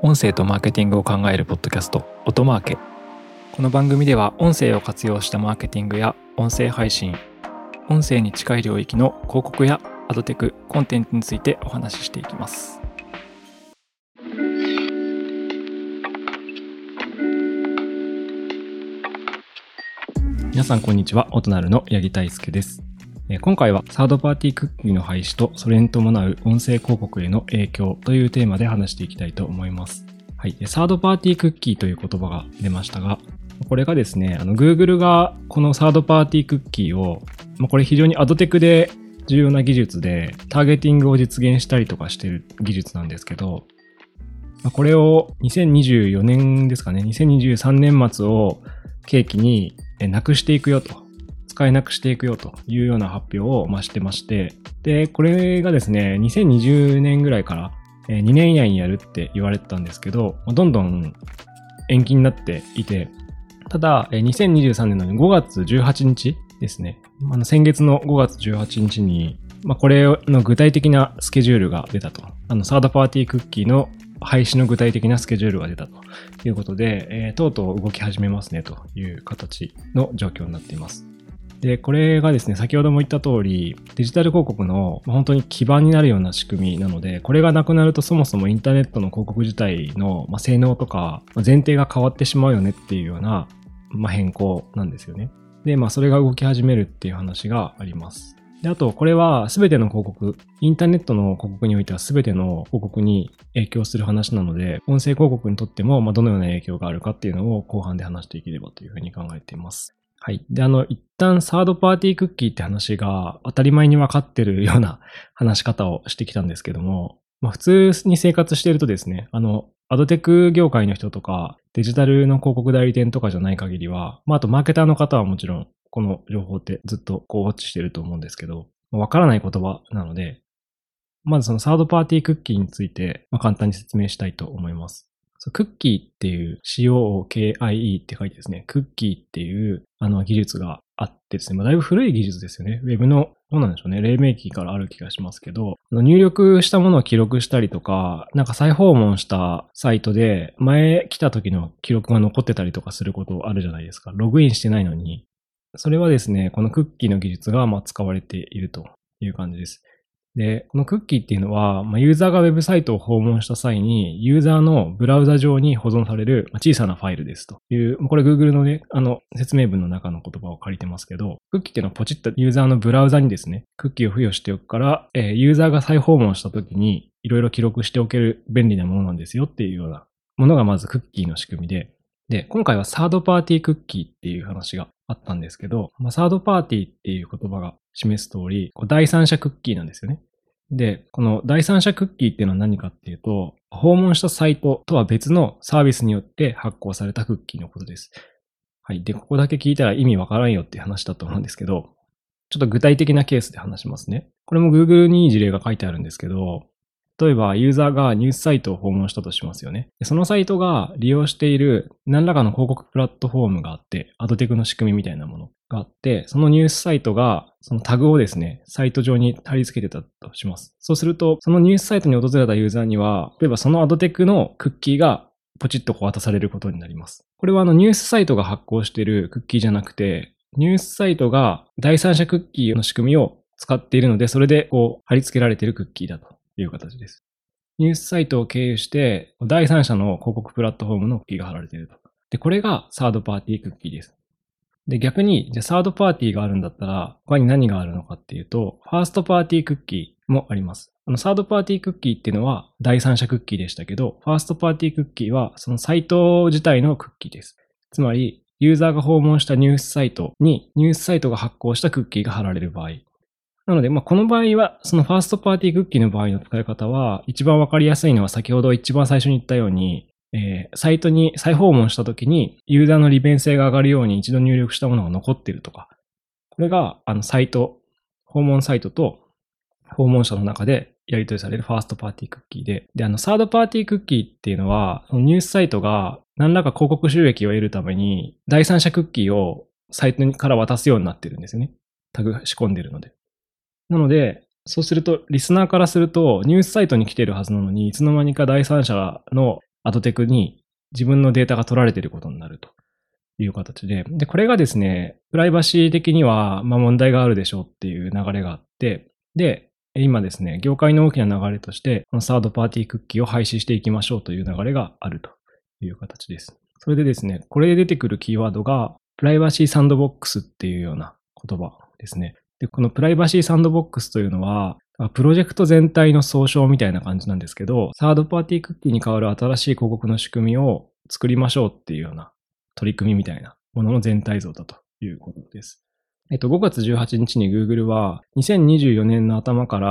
音声とマーケティングを考えるポッドキャスト音マーケ。この番組では音声を活用したマーケティングや音声配信、音声に近い領域の広告やアドテク、コンテンツについてお話ししていきます。皆さんこんにちは。音なるの八木大輔です。今回はサードパーティークッキーの廃止とそれに伴う音声広告への影響というテーマで話していきたいと思います。はい。サードパーティークッキーという言葉が出ましたが、これがですね、Google がこのサードパーティークッキーを、これ非常にアドテクで重要な技術でターゲティングを実現したりとかしている技術なんですけど、これを2024年ですかね、2023年末を契機になくしていくよと。使えなくしていくよというような発表をしてまして、で、これがですね、2020年ぐらいから2年以内にやるって言われてたんですけど、どんどん延期になっていて、ただ、2023年の5月18日ですね、先月の5月18日に、これの具体的なスケジュールが出たと。サードパーティークッキーの廃止の具体的なスケジュールが出たということで、とうとう動き始めますねという形の状況になっています。で、これがですね、先ほども言った通り、デジタル広告の本当に基盤になるような仕組みなので、これがなくなるとそもそもインターネットの広告自体の性能とか前提が変わってしまうよねっていうような変更なんですよね。で、それが動き始めるっていう話があります。で、あと、これは全ての広告、インターネットの広告においては全ての広告に影響する話なので、音声広告にとってもどのような影響があるかっていうのを後半で話していければというふうに考えています。はい。で、一旦サードパーティークッキーって話が当たり前に分かってるような話し方をしてきたんですけども、普通に生活しているとですね、アドテク業界の人とか、デジタルの広告代理店とかじゃない限りは、あとマーケターの方はもちろん、この情報ってずっとウォッチしてると思うんですけど、分からない言葉なので、まずそのサードパーティークッキーについて、簡単に説明したいと思います。クッキーっていう COOKIE って書いてですね、クッキーっていう技術があってですね、だいぶ古い技術ですよね。ウェブの、どうなんでしょうね、黎明期からある気がしますけど、入力したものを記録したりとか、再訪問したサイトで前来た時の記録が残ってたりとかすることあるじゃないですか。ログインしてないのに。それはですね、このクッキーの技術が使われているという感じです。で、このクッキーっていうのは、ユーザーがウェブサイトを訪問した際に、ユーザーのブラウザ上に保存される小さなファイルですという、これ Google のね、説明文の中の言葉を借りてますけど、クッキーっていうのはポチッとユーザーのブラウザにですね、クッキーを付与しておくから、ユーザーが再訪問した時にいろいろ記録しておける便利なものなんですよっていうようなものがまずクッキーの仕組みで、で、今回はサードパーティークッキーっていう話があったんですけど、サードパーティーっていう言葉が示す通り、第三者クッキーなんですよね。で、この第三者クッキーっていうのは何かっていうと、訪問したサイトとは別のサービスによって発行されたクッキーのことです。はい。で、ここだけ聞いたら意味わからんよっていう話だと思うんですけど、ちょっと具体的なケースで話しますね。これも Google にいい事例が書いてあるんですけど、例えばユーザーがニュースサイトを訪問したとしますよね。そのサイトが利用している何らかの広告プラットフォームがあって、アドテクの仕組みみたいなものがあって、そのニュースサイトがそのタグをですね、サイト上に貼り付けてたとします。そうすると、そのニュースサイトに訪れたユーザーには、例えばそのアドテクのクッキーがポチッと渡されることになります。これはニュースサイトが発行しているクッキーじゃなくて、ニュースサイトが第三者クッキーの仕組みを使っているので、それで貼り付けられているクッキーだという形です。ニュースサイトを経由して、第三者の広告プラットフォームのクッキーが貼られていると。で、これがサードパーティークッキーです。で、逆に、じゃあサードパーティーがあるんだったら、他に何があるのかっていうと、ファーストパーティークッキーもあります。サードパーティークッキーっていうのは第三者クッキーでしたけど、ファーストパーティークッキーはそのサイト自体のクッキーです。つまり、ユーザーが訪問したニュースサイトに、ニュースサイトが発行したクッキーが貼られる場合。なので、この場合は、そのファーストパーティークッキーの場合の使い方は、一番わかりやすいのは先ほど一番最初に言ったように、サイトに再訪問したときに、ユーザーの利便性が上がるように一度入力したものが残っているとか、これが、訪問サイトと訪問者の中でやり取りされるファーストパーティークッキーで、サードパーティークッキーっていうのは、ニュースサイトが何らか広告収益を得るために、第三者クッキーをサイトから渡すようになってるんですよね。タグ仕込んでるので。なので、そうすると、リスナーからすると、ニュースサイトに来てるはずなのに、いつの間にか第三者のアドテクに自分のデータが取られていることになるという形で、で、これがですね、プライバシー的には問題があるでしょうっていう流れがあって、で、今ですね、業界の大きな流れとして、このサードパーティークッキーを廃止していきましょうという流れがあるという形です。それでですね、これで出てくるキーワードが、プライバシーサンドボックスっていうような言葉ですね。で、このプライバシーサンドボックスというのは、プロジェクト全体の総称みたいな感じなんですけど、サードパーティークッキーに代わる新しい広告の仕組みを作りましょうっていうような取り組みみたいなものの全体像だということです。5月18日に Google は2024年の頭から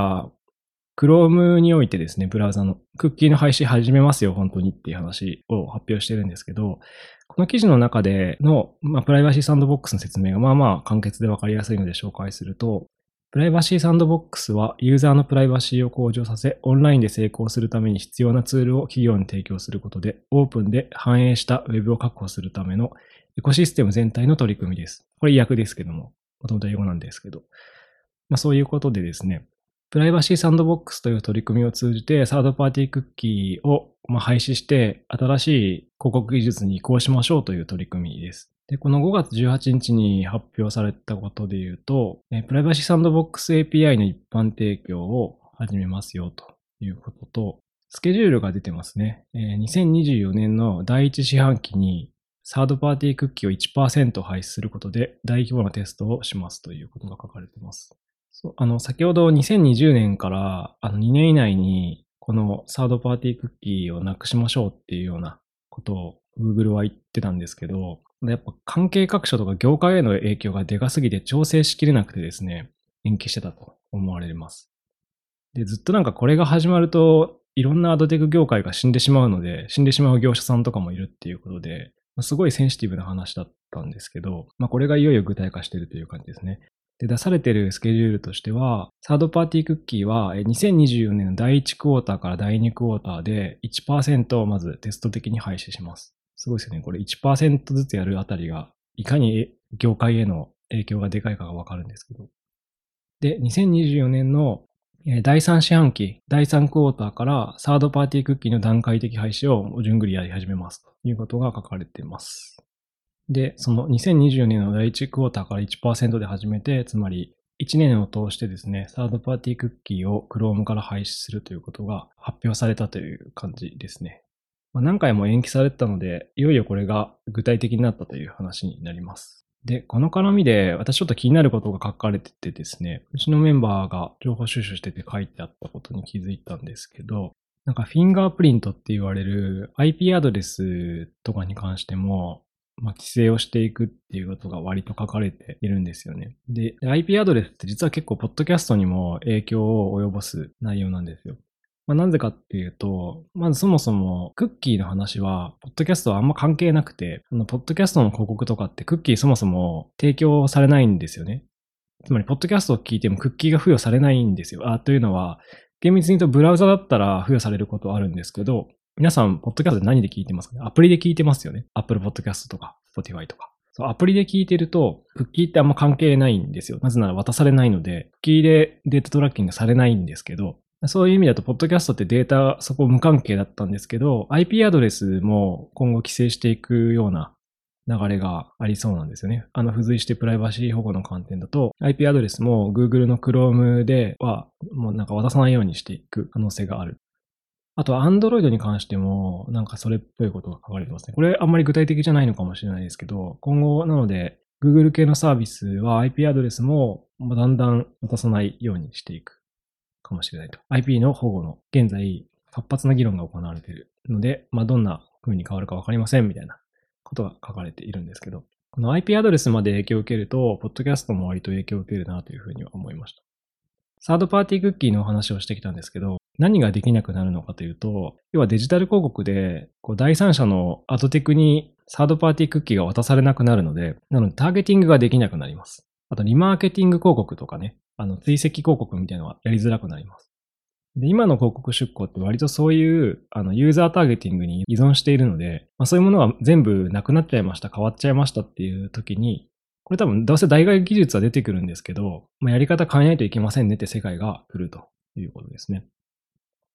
Chrome においてですね、ブラウザのクッキーの廃止始めますよ、本当にっていう話を発表してるんですけど、この記事の中での、プライバシーサンドボックスの説明が簡潔でわかりやすいので紹介すると、プライバシーサンドボックスはユーザーのプライバシーを向上させ、オンラインで成功するために必要なツールを企業に提供することで、オープンで反映したウェブを確保するためのエコシステム全体の取り組みです。これ訳ですけども、もともと英語なんですけど。そういうことでですね、プライバシーサンドボックスという取り組みを通じて、サードパーティークッキーを廃止して、新しい広告技術に移行しましょうという取り組みです。で、この5月18日に発表されたことで言うと、プライバシーサンドボックス API の一般提供を始めますよということと、スケジュールが出てますね。2024年の第1四半期にサードパーティークッキーを 1% 廃止することで大規模なテストをしますということが書かれています。先ほど2020年から2年以内にこのサードパーティークッキーをなくしましょうっていうようなことを Google は言ってたんですけど、やっぱ関係各所とか業界への影響がでかすぎて調整しきれなくてですね、延期してたと思われます。で、ずっとこれが始まるといろんなアドテク業界が死んでしまうので、死んでしまう業者さんとかもいるっていうことで、すごいセンシティブな話だったんですけど、これがいよいよ具体化しているという感じですね。で、出されているスケジュールとしては、サードパーティークッキーは2024年の第1クォーターから第2クォーターで 1% をまずテスト的に廃止します。すごいですよね。これ 1% ずつやるあたりが、いかに業界への影響がでかいかがわかるんですけど。で、2024年の第3四半期、第3クォーターからサードパーティークッキーの段階的廃止を順繰りやり始めますということが書かれています。で、その2024年の第1クォーターから 1% で始めて、つまり1年を通してですね、サードパーティークッキーを Chrome から廃止するということが発表されたという感じですね。何回も延期されてたので、いよいよこれが具体的になったという話になります。で、この絡みで私ちょっと気になることが書かれててですね、うちのメンバーが情報収集してて書いてあったことに気づいたんですけど、フィンガープリントって言われる IP アドレスとかに関しても、規制をしていくっていうことが割と書かれているんですよね。で、IP アドレスって実は結構ポッドキャストにも影響を及ぼす内容なんですよ。なぜかっていうと、まずそもそもクッキーの話は、ポッドキャストはあんま関係なくて、ポッドキャストの広告とかってクッキーそもそも提供されないんですよね。つまり、ポッドキャストを聞いてもクッキーが付与されないんですよ。というのは、厳密に言うとブラウザだったら付与されることはあるんですけど、皆さん、ポッドキャストで何で聞いてますかね？アプリで聞いてますよね。Apple Podcast とか、Spotify とか。そう、アプリで聞いてると、クッキーってあんま関係ないんですよ。なぜなら渡されないので、クッキーでデータトラッキングされないんですけど、そういう意味だと、ポッドキャストってデータ、そこ無関係だったんですけど、IP アドレスも今後規制していくような流れがありそうなんですよね。付随してプライバシー保護の観点だと、IP アドレスも Google の Chrome では、もう渡さないようにしていく可能性がある。あとは Android に関しても、それっぽいことが書かれてますね。これあんまり具体的じゃないのかもしれないですけど、今後なので、Google 系のサービスは IP アドレスもだんだん渡さないようにしていくかもしれないと。IP の保護の現在活発な議論が行われているので、どんな風に変わるかわかりませんみたいなことが書かれているんですけど、この IP アドレスまで影響を受けると、ポッドキャストも割と影響を受けるなというふうには思いました。サードパーティークッキーのお話をしてきたんですけど、何ができなくなるのかというと、要はデジタル広告で、第三者のアドテクにサードパーティークッキーが渡されなくなるので、なのでターゲティングができなくなります。あとリマーケティング広告とかね、追跡広告みたいなのはやりづらくなります。で、今の広告出稿って割とそういうユーザーターゲティングに依存しているので、そういうものが全部なくなっちゃいました、変わっちゃいましたっていう時に、これ多分どうせ代替技術は出てくるんですけど、やり方変えないといけませんねって世界が来るということですね。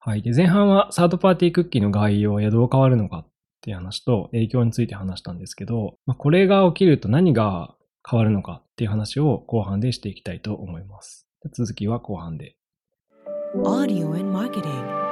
はい。で、前半はサードパーティークッキーの概要やどう変わるのかっていう話と影響について話したんですけど、これが起きると何が変わるのかっていう話を後半でしていきたいと思います。続きは後半で。 Audio and Marketing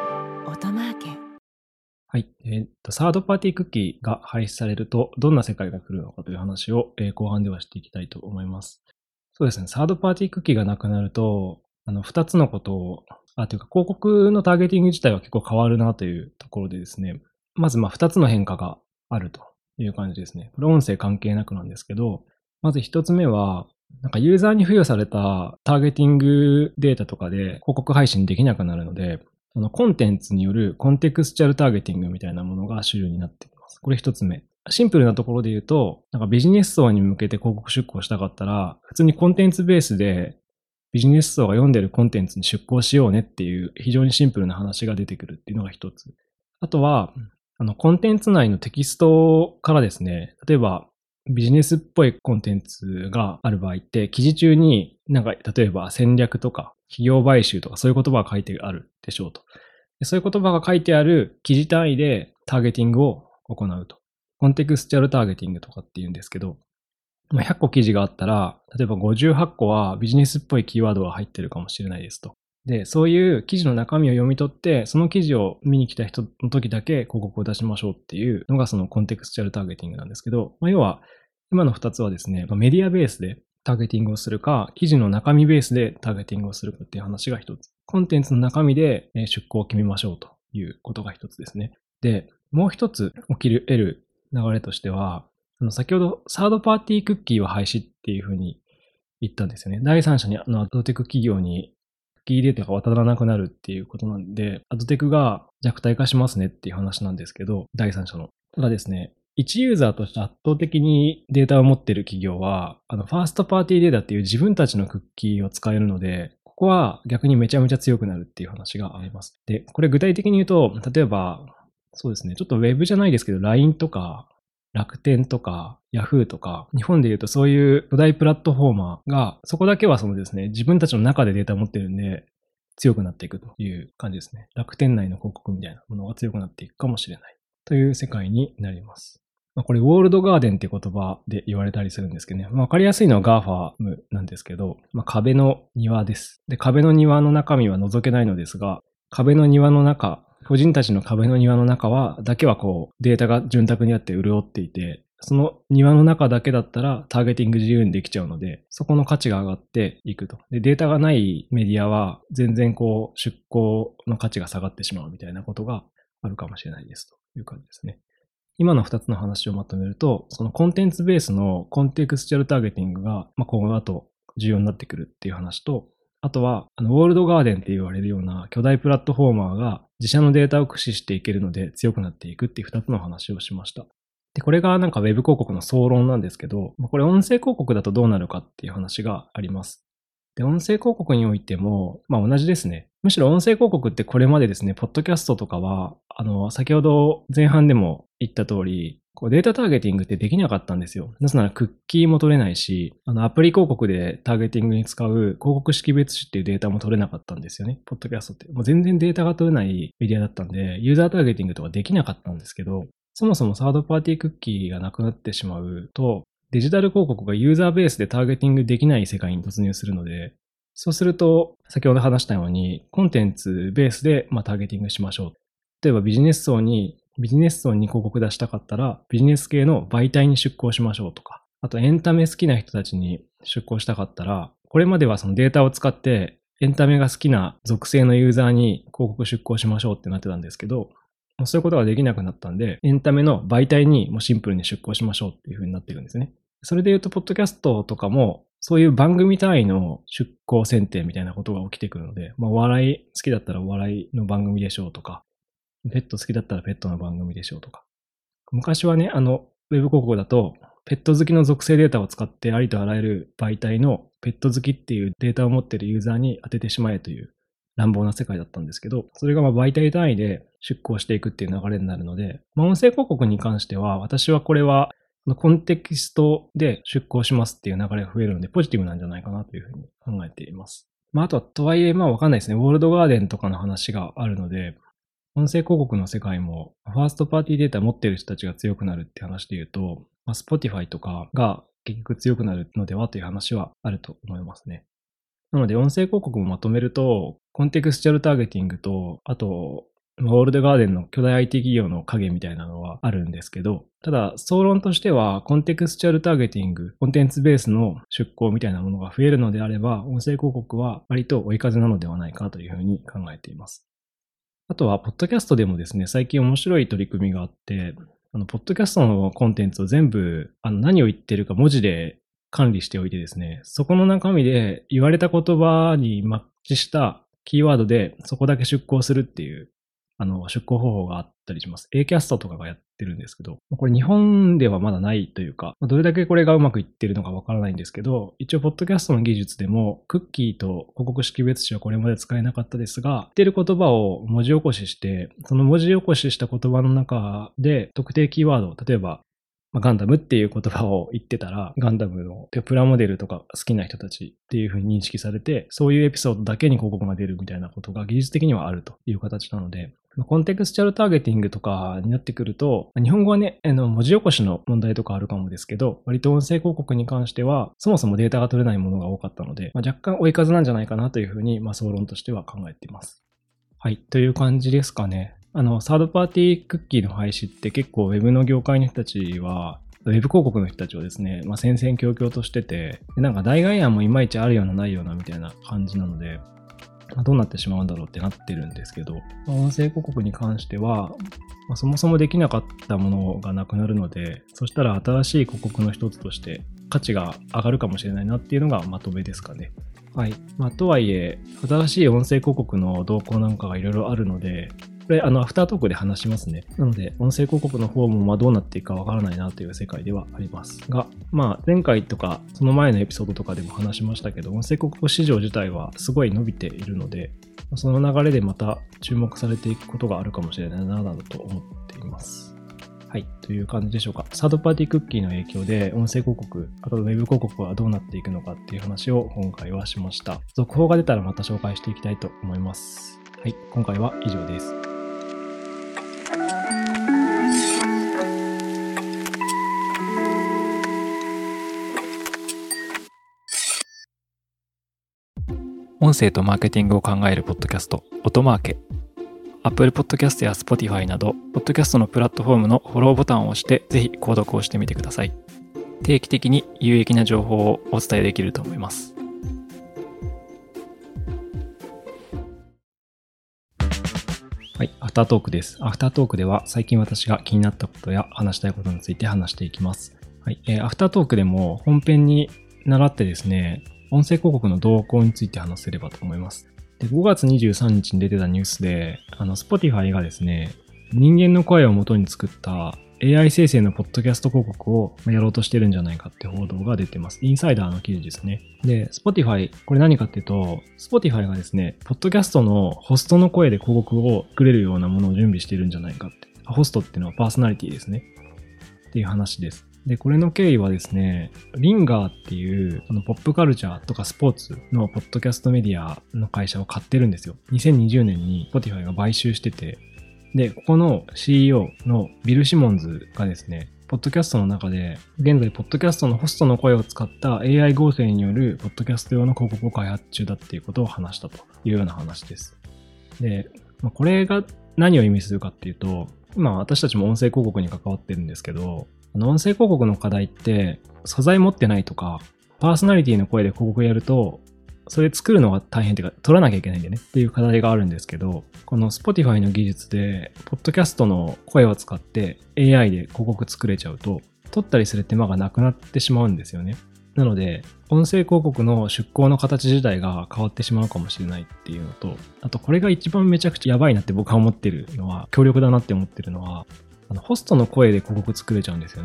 Otamake。 はい。サードパーティークッキーが廃止されるとどんな世界が来るのかという話を、後半ではしていきたいと思います。そうですね。サードパーティークッキーがなくなると、二つのことを、というか広告のターゲティング自体は結構変わるなというところでですね、まず二つの変化があるという感じですね。これ音声関係なくなんですけど、まず一つ目は、ユーザーに付与されたターゲティングデータとかで広告配信できなくなるので、コンテンツによるコンテクスチャルターゲティングみたいなものが主流になってきます。これ一つ目。シンプルなところで言うと、ビジネス層に向けて広告出稿したかったら、普通にコンテンツベースでビジネス層が読んでるコンテンツに出稿しようねっていう非常にシンプルな話が出てくるっていうのが一つ。あとは、コンテンツ内のテキストからですね、例えばビジネスっぽいコンテンツがある場合って、記事中に例えば戦略とか企業買収とかそういう言葉が書いてあるでしょうと。そういう言葉が書いてある記事単位でターゲティングを行うと。コンテクスチャルターゲティングとかって言うんですけど、100個記事があったら、例えば58個はビジネスっぽいキーワードが入ってるかもしれないですと。で、そういう記事の中身を読み取って、その記事を見に来た人の時だけ広告を出しましょうっていうのがそのコンテクスチャルターゲティングなんですけど、要は今の2つはですね、メディアベースでターゲティングをするか、記事の中身ベースでターゲティングをするかっていう話が一つ。コンテンツの中身で出稿を決めましょうということが一つですね。で、もう一つ起き得る流れとしては、先ほどサードパーティークッキーは廃止っていうふうに言ったんですよね。第三者にアドテク企業にクッキーデータが渡らなくなるっていうことなんで、アドテクが弱体化しますねっていう話なんですけど、第三者の。ただですね、1ユーザーとして圧倒的にデータを持っている企業は、ファーストパーティーデータっていう自分たちのクッキーを使えるので、ここは逆にめちゃめちゃ強くなるっていう話があります。で、これ具体的に言うと、例えば、そうですね、ちょっとウェブじゃないですけど、LINE とか、楽天とか Yahoo とか、日本で言うとそういう巨大プラットフォーマーが、そこだけはそのですね、自分たちの中でデータを持ってるんで、強くなっていくという感じですね。楽天内の広告みたいなものが強くなっていくかもしれないという世界になります。これ、ウォールドガーデンって言葉で言われたりするんですけどね。わかりやすいのは GAFA なんですけど、壁の庭です。で、壁の庭の中身は覗けないのですが、壁の庭の中、個人たちの壁の庭の中だけはデータが潤沢にあって潤っていて、その庭の中だけだったらターゲティング自由にできちゃうので、そこの価値が上がっていくと。で、データがないメディアは全然出稿の価値が下がってしまうみたいなことがあるかもしれないですという感じですね。今の2つの話をまとめると、そのコンテンツベースのコンテクスチャルターゲティングが、今後だと重要になってくるっていう話と、あとは、ウォールドガーデンって言われるような巨大プラットフォーマーが自社のデータを駆使していけるので強くなっていくっていう2つの話をしました。で、これがウェブ広告の総論なんですけど、これ音声広告だとどうなるかっていう話があります。で、音声広告においても、同じですね。むしろ音声広告ってこれまでですね、ポッドキャストとかは、先ほど前半でも言った通り、データターゲティングってできなかったんですよ。なぜならクッキーも取れないし、アプリ広告でターゲティングに使う広告識別種っていうデータも取れなかったんですよね。ポッドキャストって。もう全然データが取れないメディアだったんで、ユーザーターゲティングとかできなかったんですけど、そもそもサードパーティークッキーがなくなってしまうと、デジタル広告がユーザーベースでターゲティングできない世界に突入するので、そうすると、先ほど話したように、コンテンツベースでターゲティングしましょう。例えばビジネス層に広告出したかったら、ビジネス系の媒体に出稿しましょうとか、あとエンタメ好きな人たちに出稿したかったら、これまではそのデータを使って、エンタメが好きな属性のユーザーに広告出稿しましょうってなってたんですけど、そういうことができなくなったんで、エンタメの媒体にもうシンプルに出稿しましょうっていう風になっていくんですね。それで言うと、ポッドキャストとかも、そういう番組単位の出稿選定みたいなことが起きてくるので、お笑い好きだったらお笑いの番組でしょうとか、ペット好きだったらペットの番組でしょうとか。昔はね、ウェブ広告だと、ペット好きの属性データを使ってありとあらゆる媒体のペット好きっていうデータを持っているユーザーに当ててしまえという乱暴な世界だったんですけど、それが媒体単位で出稿していくっていう流れになるので、音声広告に関しては、私はこれはコンテキストで出稿しますっていう流れが増えるので、ポジティブなんじゃないかなというふうに考えています。あとは、とはいえ、わかんないですね。ウォールドガーデンとかの話があるので、 音声広告の世界も、ファーストパーティーデータ持ってる人たちが強くなるって話で言うと、Spotify とかが結局強くなるのではという話はあると思いますね。なので、音声広告もまとめると、コンテクスチャルターゲティングと、あと、ウォールドガーデンの巨大 IT 企業の影みたいなのはあるんですけど、ただ、総論としては、コンテクスチャルターゲティング、コンテンツベースの出向みたいなものが増えるのであれば、音声広告は割と追い風なのではないかというふうに考えています。あとは、ポッドキャストでもですね、最近面白い取り組みがあって、ポッドキャストのコンテンツを全部、何を言ってるか文字で管理しておいてですね、そこの中身で言われた言葉にマッチしたキーワードでそこだけ出稿するっていう、出稿方法があったりします。Acast とかがやってるんですけど、これ日本ではまだないというか、どれだけこれがうまくいってるのかわからないんですけど、一応ポッドキャストの技術でもクッキーと広告識別詞はこれまで使えなかったですが、言ってる言葉を文字起こしして、その文字起こしした言葉の中で特定キーワード、例えばガンダムっていう言葉を言ってたら、ガンダムのプラモデルとか好きな人たちっていう風に認識されて、そういうエピソードだけに広告が出るみたいなことが技術的にはあるという形なので、コンテクスチャルターゲティングとかになってくると、日本語はね、文字起こしの問題とかあるかもですけど、割と音声広告に関しては、そもそもデータが取れないものが多かったので、若干追い風なんじゃないかなという風に、総論としては考えています。はい、という感じですかね。サードパーティークッキーの廃止って結構 Web の業界の人たちは、ウェブ広告の人たちをですね、戦々恐々としてて、なんか代替案もいまいちあるようなないようなみたいな感じなので、どうなってしまうんだろうってなってるんですけど、音声広告に関しては、そもそもできなかったものがなくなるので、そしたら新しい広告の一つとして価値が上がるかもしれないなっていうのがまとめですかね。はい。とはいえ、新しい音声広告の動向なんかがいろいろあるので、これ、アフタートークで話しますね。なので、音声広告の方もどうなっていくかわからないなという世界ではありますが、前回とか、その前のエピソードとかでも話しましたけど、音声広告市場自体はすごい伸びているので、その流れでまた注目されていくことがあるかもしれないな、などと思っています。はい、という感じでしょうか。サードパーティークッキーの影響で、音声広告、あとウェブ広告はどうなっていくのかっていう話を今回はしました。続報が出たらまた紹介していきたいと思います。はい、今回は以上です。 音声とマーケティングを考えるポッドキャスト、音マーケ。Apple Podcast や Spotify など、ポッドキャストのプラットフォームのフォローボタンを押して、ぜひ購読をしてみてください。定期的に有益な情報をお伝えできると思います。 はい、アフタートークです。アフタートークでは最近私が気になったことや話したいことについて話していきます。はい、アフタートークでも本編に習ってですね、音声広告の動向について話せればと思います。で、5月23日に出てたニュースで、Spotify がですね、人間の声を元に作った AI 生成のポッドキャスト広告をやろうとしてるんじゃないかって報道が出てます。インサイダーの記事ですね。で、Spotify、これ何かっていうと、Spotify がですね、ポッドキャストのホストの声で広告を作れるようなものを準備しているんじゃないかって。ホストっていうのはパーソナリティですね。っていう話です。で、これの経緯はですね、リンガーっていうポップカルチャーとかスポーツのポッドキャストメディアの会社を買ってるんですよ。2020年に Spotify が買収してて、で、ここの CEO のビル・シモンズがですね、ポッドキャストの中で、現在ポッドキャストのホストの声を使った AI 合成によるポッドキャスト用の広告を開発中だっていうことを話したというような話です。で、これが何を意味するかっていうと、今私たちも音声広告に関わってるんですけど、音声広告の課題って、素材持ってないとか、パーソナリティの声で広告やると、それ作るのが大変っていうか、取らなきゃいけないんでねっていう課題があるんですけど、この Spotify の技術で、ポッドキャストの声を使って AI で広告作れちゃうと、取ったりする手間がなくなってしまうんですよね。なので、音声広告の出稿の形自体が変わってしまうかもしれないっていうのと、あとこれが一番めちゃくちゃやばいなって僕は思ってるのは、強力だなって思ってるのは、ホストの声で広告作れちゃうんですよね。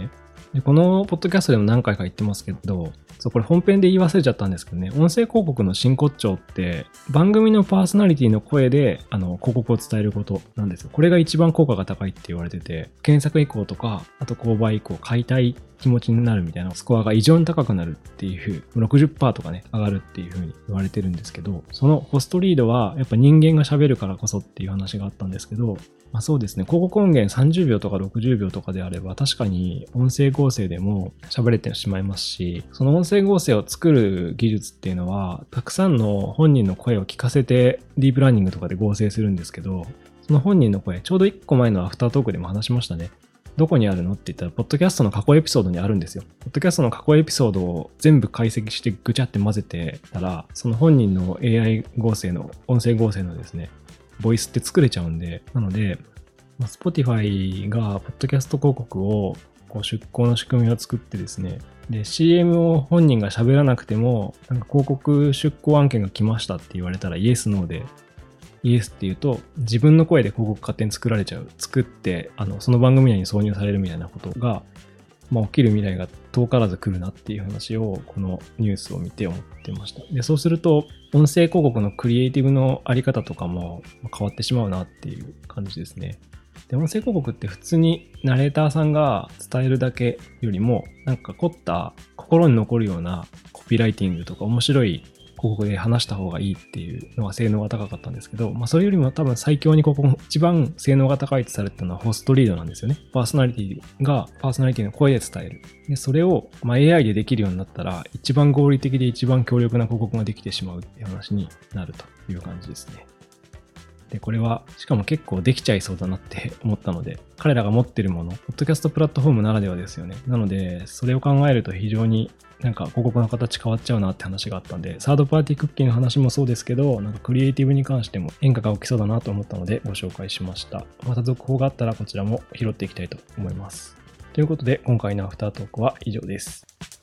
でこのポッドキャストでも何回か言ってますけど、これ本編で言い忘れちゃったんですけどね、音声広告の真骨頂って番組のパーソナリティの声で広告を伝えることなんですよ。これが一番効果が高いって言われてて、検索以降とか、あと購買以降、買いたい気持ちになるみたいなスコアが異常に高くなるっていう、60% とかね、上がるっていう風に言われてるんですけど、そのホストリードはやっぱ人間が喋るからこそっていう話があったんですけど、そうですね、広告音源30秒とか60秒とかであれば確かに音声合成でも喋れてしまいますし、その音声合成を作る技術っていうのはたくさんの本人の声を聞かせてディープラーニングとかで合成するんですけど、その本人の声、ちょうど1個前のアフタートークでも話しましたね。どこにあるのって言ったら、ポッドキャストの過去エピソードにあるんですよ。ポッドキャストの過去エピソードを全部解析してぐちゃって混ぜてたら、その本人の AI 合成の、音声合成のですね、ボイスって作れちゃうんで、なので、Spotify がポッドキャスト広告を出稿の仕組みを作ってですね、で CM を本人が喋らなくても、なんか広告出稿案件が来ましたって言われたらイエスノーで、イエスって言うと自分の声で広告勝手に作られちゃう、作ってその番組内に挿入されるみたいなことが、起きる未来が遠からず来るなっていう話をこのニュースを見て思ってました。で、そうすると音声広告のクリエイティブのあり方とかも変わってしまうなっていう感じですね。で、音声広告って普通にナレーターさんが伝えるだけよりも、なんか凝った心に残るようなコピーライティングとか面白い広告で話した方がいいっていうのが性能が高かったんですけど、それよりも多分最強に一番性能が高いとされてたのはホストリードなんですよね。パーソナリティがパーソナリティの声で伝える。で、それをAI でできるようになったら一番合理的で一番強力な広告ができてしまうっていう話になるという感じですね。で、これはしかも結構できちゃいそうだなって思ったので、彼らが持ってるもの、ポッドキャストプラットフォームならではですよね。なので、それを考えると非常になんか広告の形変わっちゃうなって話があったんで、サードパーティークッキーの話もそうですけど、なんかクリエイティブに関しても変化が起きそうだなと思ったのでご紹介しました。また続報があったらこちらも拾っていきたいと思います。ということで、今回のアフタートークは以上です。